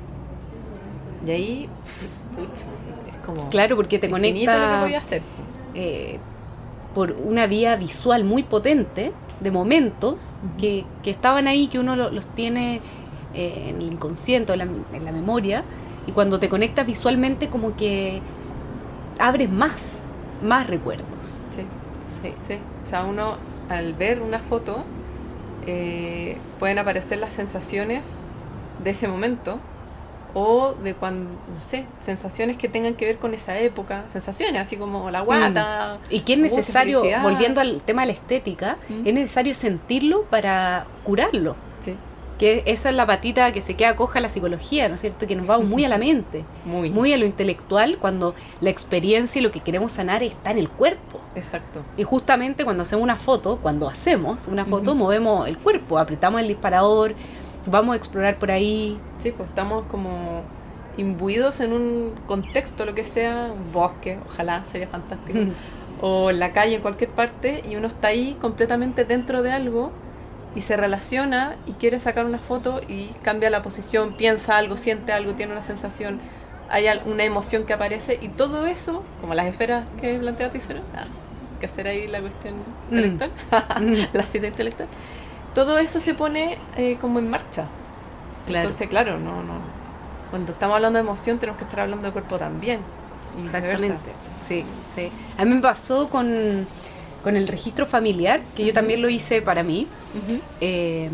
Y ahí, pucha, es como Claro, porque te infinito lo que conecta voy a hacer. eh, por una vía visual muy potente de momentos Ujú. que, que estaban ahí, que uno lo- los tiene eh, en el inconsciente, en la, en la memoria, y cuando te conectas visualmente como que abres más, más recuerdos. Sí, Sí. sí. O sea, uno al ver una foto eh, pueden aparecer las sensaciones de ese momento o de cuando, no sé, sensaciones que tengan que ver con esa época, sensaciones así como la guata. Y que es uh, necesario, felicidad. volviendo al tema de la estética, Mm. es necesario sentirlo para curarlo. Sí, Que esa es la patita que se queda coja en la psicología, ¿no es cierto? Que nos va muy a la mente, muy. muy a lo intelectual, cuando la experiencia y lo que queremos sanar está en el cuerpo. Exacto. Y justamente cuando hacemos una foto, cuando hacemos una foto, Ujú. movemos el cuerpo, apretamos el disparador, vamos a explorar por ahí. Sí, pues estamos como imbuidos en un contexto, lo que sea, un bosque, ojalá, sería fantástico, o en la calle, en cualquier parte, y uno está ahí completamente dentro de algo y se relaciona y quiere sacar una foto y cambia la posición, piensa algo, siente algo, tiene una sensación, hay al- una emoción que aparece y todo eso, como las esferas que plantea Tícero, ah, que hacer ahí la cuestión Mm. intelectual, la cita intelectual, todo eso se pone eh, como en marcha. Claro. Entonces, claro, no, no. Cuando estamos hablando de emoción, tenemos que estar hablando de cuerpo también. Y viceversa. Exactamente, sí, sí. A mí me pasó con, con el registro familiar, que yo también lo hice para mí, Ujú. eh,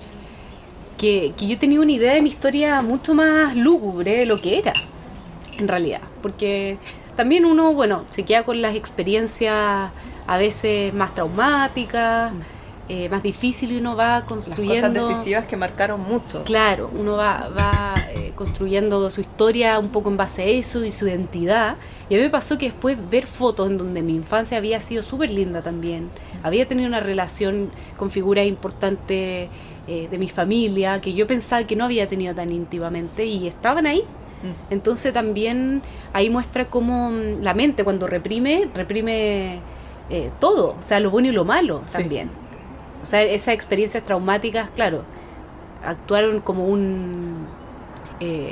que, que yo tenía una idea de mi historia mucho más lúgubre de lo que era, en realidad. Porque también uno, bueno, se queda con las experiencias a veces más traumáticas, mm. eh, más difíciles, y uno va construyendo... Las cosas decisivas que marcaron mucho. Claro, uno va, va eh, construyendo su historia un poco en base a eso y su identidad. Y a mí me pasó que después ver fotos en donde mi infancia había sido súper linda también, mm. había tenido una relación con figuras importantes eh, de mi familia, que yo pensaba que no había tenido tan íntimamente, y estaban ahí. Entonces también ahí muestra cómo la mente, cuando reprime, reprime eh, todo, o sea, lo bueno y lo malo también. Sí. O sea, esas experiencias traumáticas, claro, actuaron como un eh,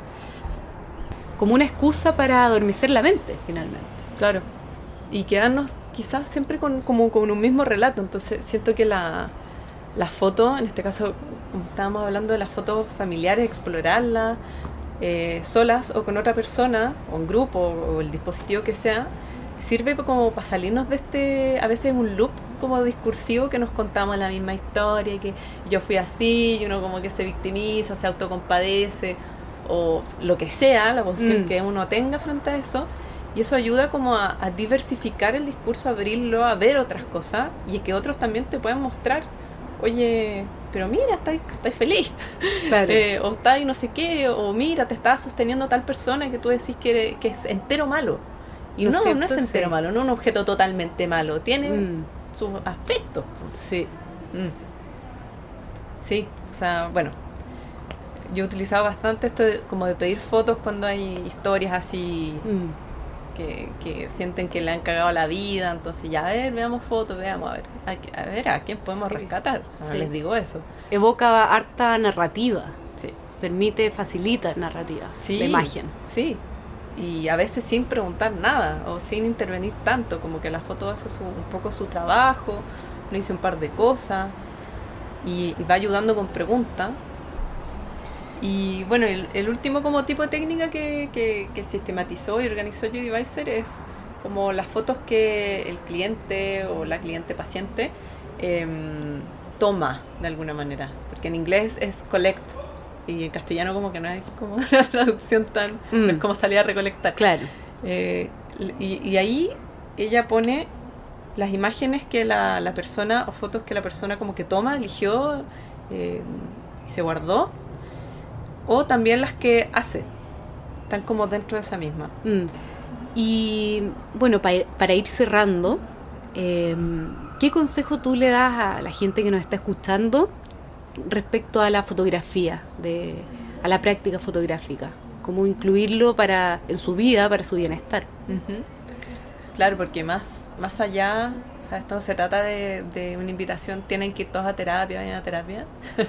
como una excusa para adormecer la mente, finalmente. Claro. Y quedarnos quizás siempre con, como con un mismo relato. Entonces siento que la, la foto, en este caso, como estábamos hablando de las fotos familiares, explorarlas, Eh, solas o con otra persona o un grupo o el dispositivo que sea, sirve como para salirnos de este, a veces un loop como discursivo, que nos contamos la misma historia, que yo fui así, y uno como que se victimiza o se autocompadece o lo que sea, la posición mm. que uno tenga frente a eso, y eso ayuda como a, a diversificar el discurso, a abrirlo, a ver otras cosas, y que otros también te puedan mostrar, oye, pero mira, estás, estás feliz, claro. eh, o estás no sé qué, o mira, te está sosteniendo tal persona que tú decís que, que es entero malo. Y no, no, cierto, no es entero sí. malo, no un objeto totalmente malo, tiene mm. sus aspectos. Sí. Mm. Sí, o sea, bueno, yo he utilizado bastante esto de, como de pedir fotos cuando hay historias así... Mm. Que, que sienten que le han cagado la vida, entonces ya, a ver, veamos fotos, veamos, a ver, a, a ver, a quién podemos sí. rescatar, o sea, sí. les digo eso. Evoca harta narrativa, sí. permite, facilita narrativas sí. de imagen. Sí, y a veces sin preguntar nada, o sin intervenir tanto, como que la foto hace su, un poco su trabajo, le dice un par de cosas, y, y va ayudando con preguntas. Y bueno, el, el último como tipo de técnica que, que, que sistematizó y organizó Judy Weiser es como las fotos que el cliente o la cliente paciente eh, toma de alguna manera, porque en inglés es collect y en castellano como que no es como una traducción tan, mm. no es como salir a recolectar. Claro. Eh, y, y ahí ella pone las imágenes que la, la persona, o fotos que la persona como que toma, eligió eh, y se guardó, o también las que hace, están como dentro de esa misma. Mm. Y bueno, para ir, para ir cerrando, eh, ¿qué consejo tú le das a la gente que nos está escuchando respecto a la fotografía, de, a la práctica fotográfica? ¿Cómo incluirlo para, en su vida, para su bienestar? Uh-huh. Claro, porque más, más allá, o sea, esto no se trata de, de una invitación, tienen que ir todos a terapia, vayan a terapia.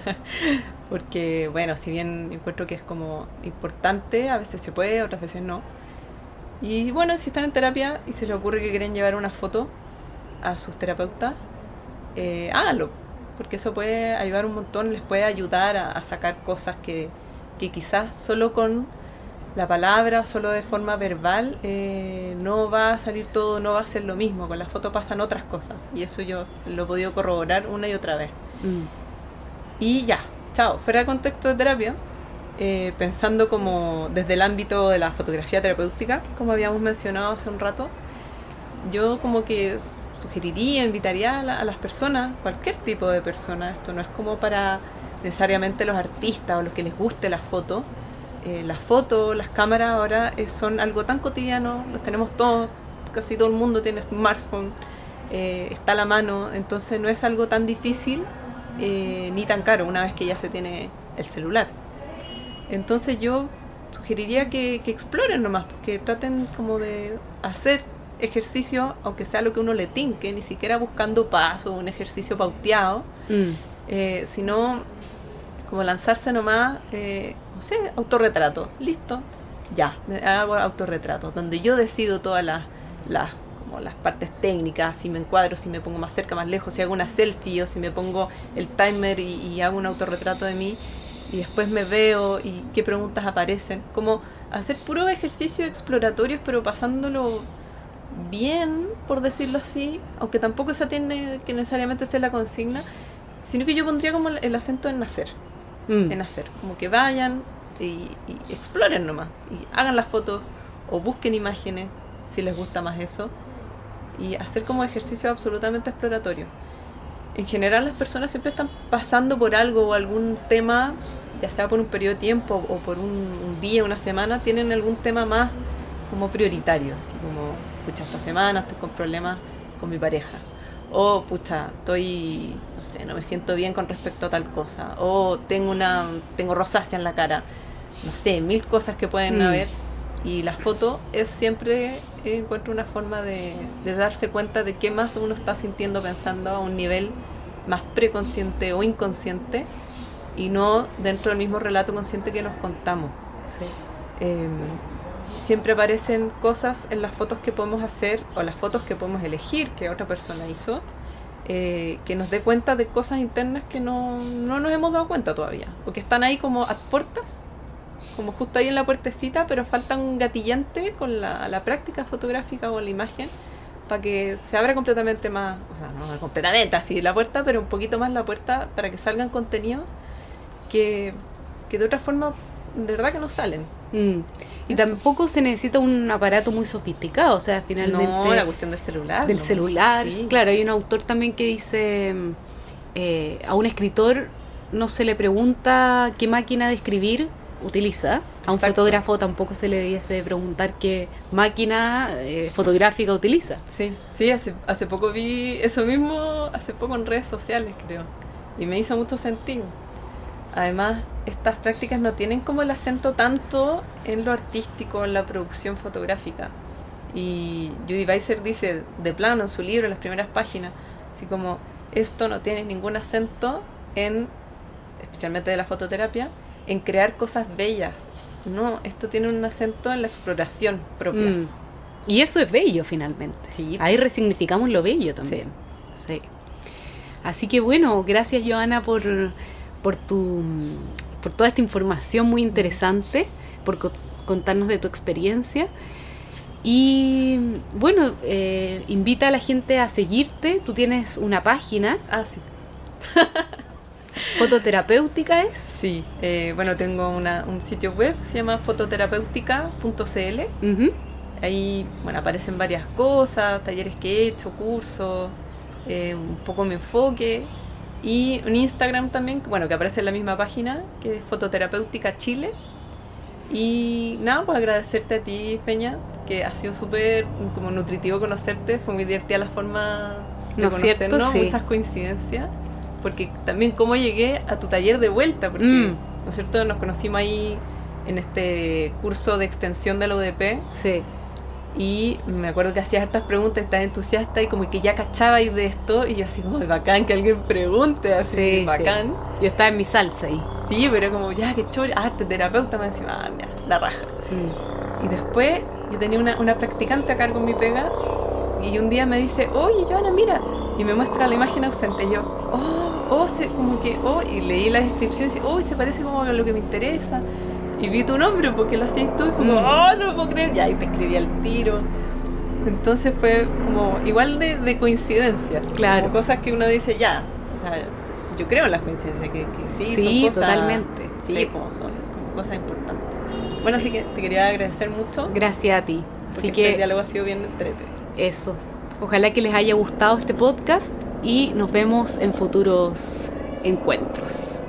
Porque, bueno, si bien encuentro que es como importante, a veces se puede, otras veces no. Y bueno, si están en terapia y se les ocurre que quieren llevar una foto a sus terapeutas, eh, háganlo, porque eso puede ayudar un montón, les puede ayudar a, a sacar cosas que, que quizás solo con la palabra, solo de forma verbal, eh, no va a salir todo, no va a ser lo mismo. Con la foto pasan otras cosas, y eso yo lo he podido corroborar una y otra vez. Mm. Y ya, chao, fuera de contexto de terapia, eh, pensando como desde el ámbito de la fotografía terapéutica, como habíamos mencionado hace un rato, yo como que sugeriría, invitaría a, la, a las personas, cualquier tipo de persona, esto no es como para necesariamente los artistas o los que les guste la foto, eh, las fotos, las cámaras ahora eh, son algo tan cotidiano, los tenemos todos, casi todo el mundo tiene smartphone, eh, está a la mano, entonces no es algo tan difícil eh, ni tan caro una vez que ya se tiene el celular. Entonces yo sugeriría que, que exploren nomás, que traten como de hacer ejercicio, aunque sea lo que uno le tinque, ni siquiera buscando paso, un ejercicio pauteado, mm. eh, sino como lanzarse nomás, eh, no sé, autorretrato, listo, ya, me hago autorretratos, donde yo decido todas las, las, como las partes técnicas, si me encuadro, si me pongo más cerca, más lejos, si hago una selfie o si me pongo el timer y, y hago un autorretrato de mí, y después me veo y qué preguntas aparecen, como hacer puro ejercicio exploratorios, pero pasándolo bien, por decirlo así, aunque tampoco esa tiene que necesariamente ser la consigna, sino que yo pondría como el acento en hacer, mm. en hacer, como que vayan y, y exploren nomás, y hagan las fotos o busquen imágenes si les gusta más eso, y hacer como ejercicio absolutamente exploratorio. En general las personas siempre están pasando por algo o algún tema, ya sea por un periodo de tiempo o por un, un día, una semana, tienen algún tema más como prioritario, así como, pucha, esta semana estoy con problemas con mi pareja, o pucha, estoy, no sé, no me siento bien con respecto a tal cosa, o tengo una tengo rosácea en la cara, no sé, mil cosas que pueden Mm. haber, y la foto es siempre, eh, encuentro una forma de, de darse cuenta de qué más uno está sintiendo, pensando a un nivel más preconsciente o inconsciente, y no dentro del mismo relato consciente que nos contamos. Sí. Eh, siempre aparecen cosas en las fotos que podemos hacer o las fotos que podemos elegir que otra persona hizo, eh, que nos dé cuenta de cosas internas que no, no nos hemos dado cuenta todavía, porque están ahí como a puertas, como justo ahí en la puertecita, pero falta un gatillante con la, la práctica fotográfica o la imagen para que se abra completamente más, o sea, no completamente así la puerta, pero un poquito más la puerta para que salgan contenidos que, que de otra forma de verdad que no salen. Mm. Y Eso. tampoco se necesita un aparato muy sofisticado, o sea, finalmente... No, la cuestión del celular. Del ¿no? celular. Sí. Claro, hay un autor también que dice, eh, a un escritor no se le pregunta qué máquina de escribir utiliza. A un Exacto. fotógrafo tampoco se le debiese preguntar qué máquina eh, fotográfica utiliza. Sí, sí, hace, hace poco vi eso mismo, hace poco en redes sociales, creo. Y me hizo mucho sentido. Además, estas prácticas no tienen como el acento tanto en lo artístico, en la producción fotográfica. Y Judy Weiser dice de plano en su libro, en las primeras páginas, así como, esto no tiene ningún acento en, especialmente de la fototerapia, en crear cosas bellas. No, esto tiene un acento en la exploración propia. Mm. Y eso es bello finalmente. Sí. Ahí resignificamos lo bello también. Sí. Así que bueno, gracias Joana por, por, tu, por toda esta información muy interesante, por co- contarnos de tu experiencia. Y bueno, eh, invita a la gente a seguirte. Tú tienes una página, Ah, sí. fototerapéutica es. Sí, eh, bueno, tengo una, un sitio web que se llama fototerapeutica punto c l. Ujú. Ahí, bueno, aparecen varias cosas, talleres que he hecho, cursos, eh, un poco mi enfoque. Y un Instagram también, bueno, que aparece en la misma página, que es Fototerapéutica Chile. Y nada, pues agradecerte a ti, Feña, que ha sido súper como nutritivo conocerte. Fue muy divertida la forma de ¿No es cierto? conocernos, Sí. muchas coincidencias. Porque también cómo llegué a tu taller de vuelta, porque, Mm. ¿no es cierto? Nos conocimos ahí en este curso de extensión de la U D P. Sí. Y me acuerdo que hacías hartas preguntas, estás entusiasta y como que ya cachabais de esto. Y yo así como, bacán que alguien pregunte, así, Sí, bacán. sí. Yo estaba en mi salsa ahí. Sí, pero como, ya, qué chévere. Ah, este terapeuta me decía, ah, ya, la raja. Mm. Y después yo tenía una, una practicante a cargo en mi pega. Y un día me dice, oye, Joana, mira. Y me muestra la imagen ausente. Y yo, oh, oh, se, como que, oh. Y leí la descripción y dice, oh, se parece como a lo que me interesa. Y vi tu nombre porque lo hacías tú y fue como, Mm. oh, no lo puedo creer. Y ahí te escribí al tiro. Entonces fue como igual de, de coincidencias. Claro. Como cosas que uno dice, ya, o sea, yo creo en las coincidencias, que, que sí, Sí, son cosas. totalmente. Sí, Sí. como son como cosas importantes. Bueno, Sí. así que te quería agradecer mucho. Gracias a ti. Porque Así este que diálogo ha sido bien entretenido. eso. Ojalá que les haya gustado este podcast y nos vemos en futuros encuentros.